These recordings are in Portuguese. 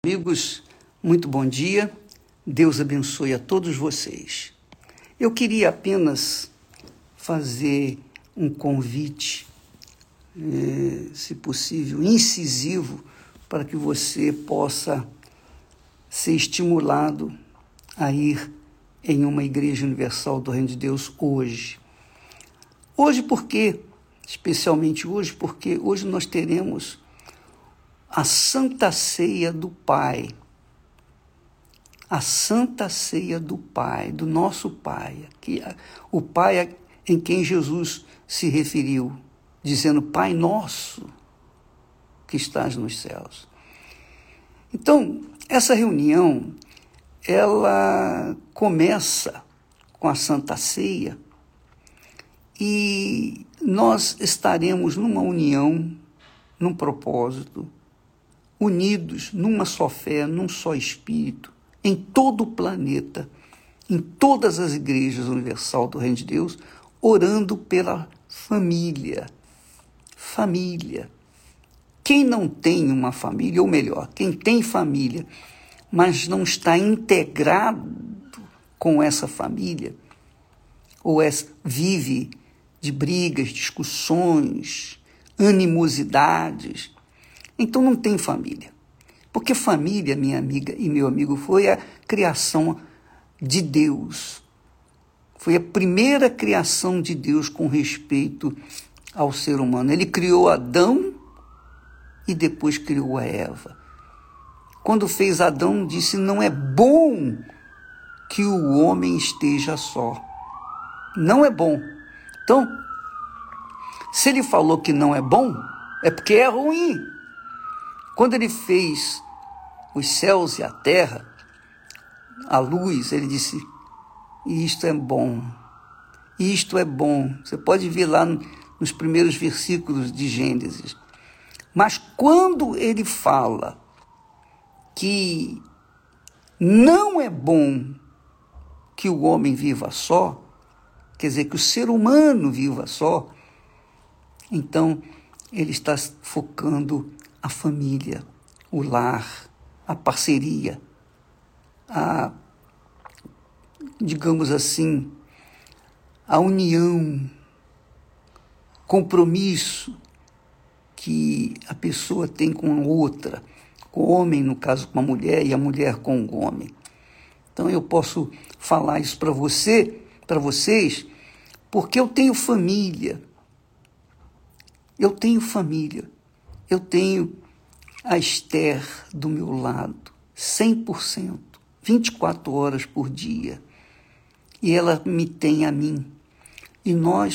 Amigos, muito bom dia. Deus abençoe a todos vocês. Eu queria apenas fazer um convite, se possível, incisivo, para que você possa ser estimulado a ir em uma Igreja Universal do Reino de Deus hoje. Hoje porque, especialmente hoje, porque hoje nós teremos a Santa Ceia do Pai. A Santa Ceia do Pai, do nosso Pai. O Pai em quem Jesus se referiu, dizendo: Pai nosso que estás nos céus. Então, essa reunião, ela começa com a Santa Ceia e nós estaremos numa união, num propósito, unidos numa só fé, num só espírito, em todo o planeta, em todas as igrejas universal do Reino de Deus, orando pela família. Família. Quem não tem uma família, ou melhor, quem tem família, mas não está integrado com essa família, ou vive de brigas, discussões, animosidades, então não tem família. Porque família, minha amiga e meu amigo, foi a criação de Deus. Foi a primeira criação de Deus com respeito ao ser humano. Ele criou Adão e depois criou a Eva. Quando fez Adão, disse: não é bom que o homem esteja só. Não é bom. Então, se ele falou que não é bom, é porque é ruim. Quando ele fez os céus e a terra, a luz, ele disse: isto é bom, isto é bom. Você pode ver lá nos primeiros versículos de Gênesis. Mas quando ele fala que não é bom que o homem viva só, quer dizer, que o ser humano viva só, então ele está focando a família, o lar, a parceria, digamos assim, a união, compromisso que a pessoa tem com outra, com o homem, no caso com a mulher, e a mulher com o homem. Então eu posso falar isso para vocês, porque eu tenho família. Eu tenho família. Eu tenho a Esther do meu lado, 100%, 24 horas por dia. E ela me tem a mim. E nós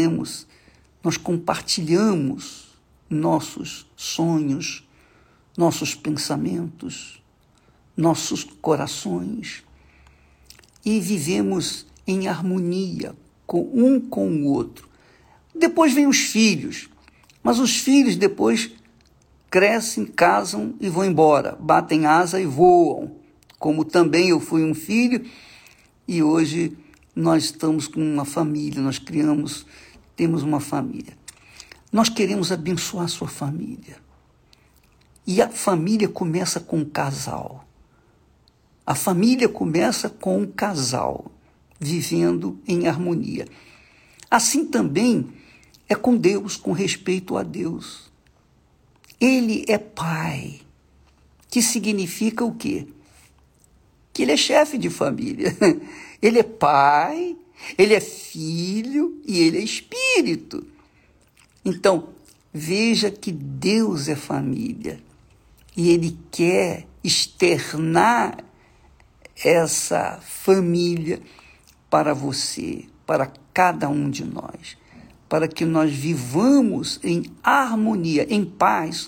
compartilhamos nossos sonhos, nossos pensamentos, nossos corações. E vivemos em harmonia um com o outro. Depois vêm os filhos, mas os filhos depois crescem, casam e vão embora, batem asa e voam, como também eu fui um filho, e hoje nós estamos com uma família, temos uma família. Nós queremos abençoar a sua família. E a família começa com um casal. A família começa com um casal, vivendo em harmonia. Assim também é com Deus, com respeito a Deus. Ele é pai, que significa o quê? Que ele é chefe de família. Ele é pai, ele é filho e ele é espírito. Então, veja que Deus é família e ele quer externar essa família para você, para cada um de nós, para que nós vivamos em harmonia, em paz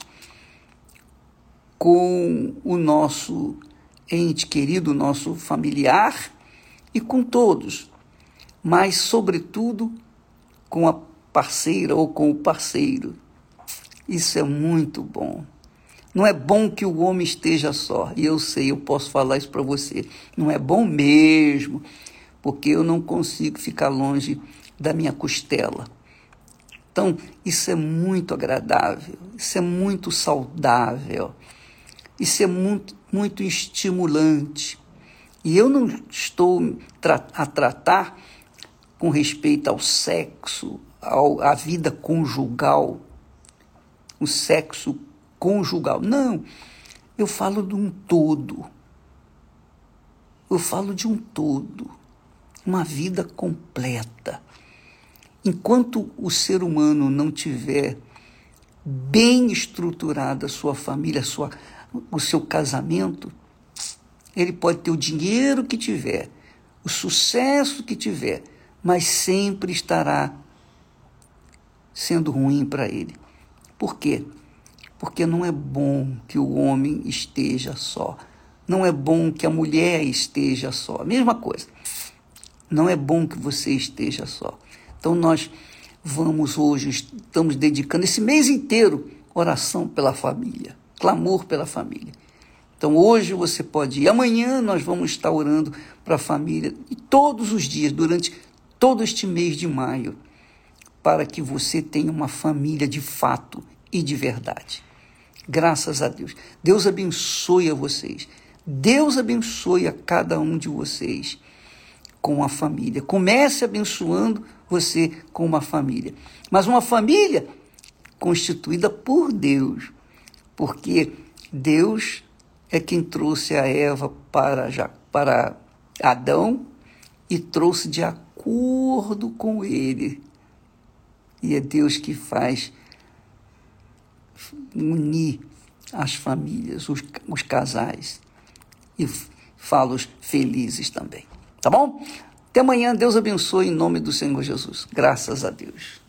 com o nosso ente querido, o nosso familiar e com todos, mas, sobretudo, com a parceira ou com o parceiro. Isso é muito bom. Não é bom que o homem esteja só. E eu sei, eu posso falar isso para você. Não é bom mesmo, porque eu não consigo ficar longe da minha costela. Então, isso é muito agradável, isso é muito saudável. Isso é muito, muito estimulante. E eu não estou a tratar com respeito ao sexo, à vida conjugal, o sexo conjugal. Não, eu falo de um todo. Eu falo de um todo, uma vida completa. Enquanto o ser humano não tiver bem estruturada a sua família, o seu casamento, ele pode ter o dinheiro que tiver, o sucesso que tiver, mas sempre estará sendo ruim para ele. Por quê? Porque não é bom que o homem esteja só. Não é bom que a mulher esteja só. Mesma coisa. Não é bom que você esteja só. Então nós estamos dedicando esse mês inteiro oração pela família, clamor pela família. Então hoje você pode ir, amanhã nós vamos estar orando para a família, e todos os dias, durante todo este mês de maio, para que você tenha uma família de fato e de verdade. Graças a Deus. Deus abençoe a vocês. Deus abençoe a cada um de vocês com a família. Comece abençoando você com uma família. Mas uma família constituída por Deus. Porque Deus é quem trouxe a Eva para Adão e trouxe de acordo com ele. E é Deus que faz unir as famílias, os casais, e fá-los felizes também. Tá bom? Até amanhã. Deus abençoe em nome do Senhor Jesus. Graças a Deus.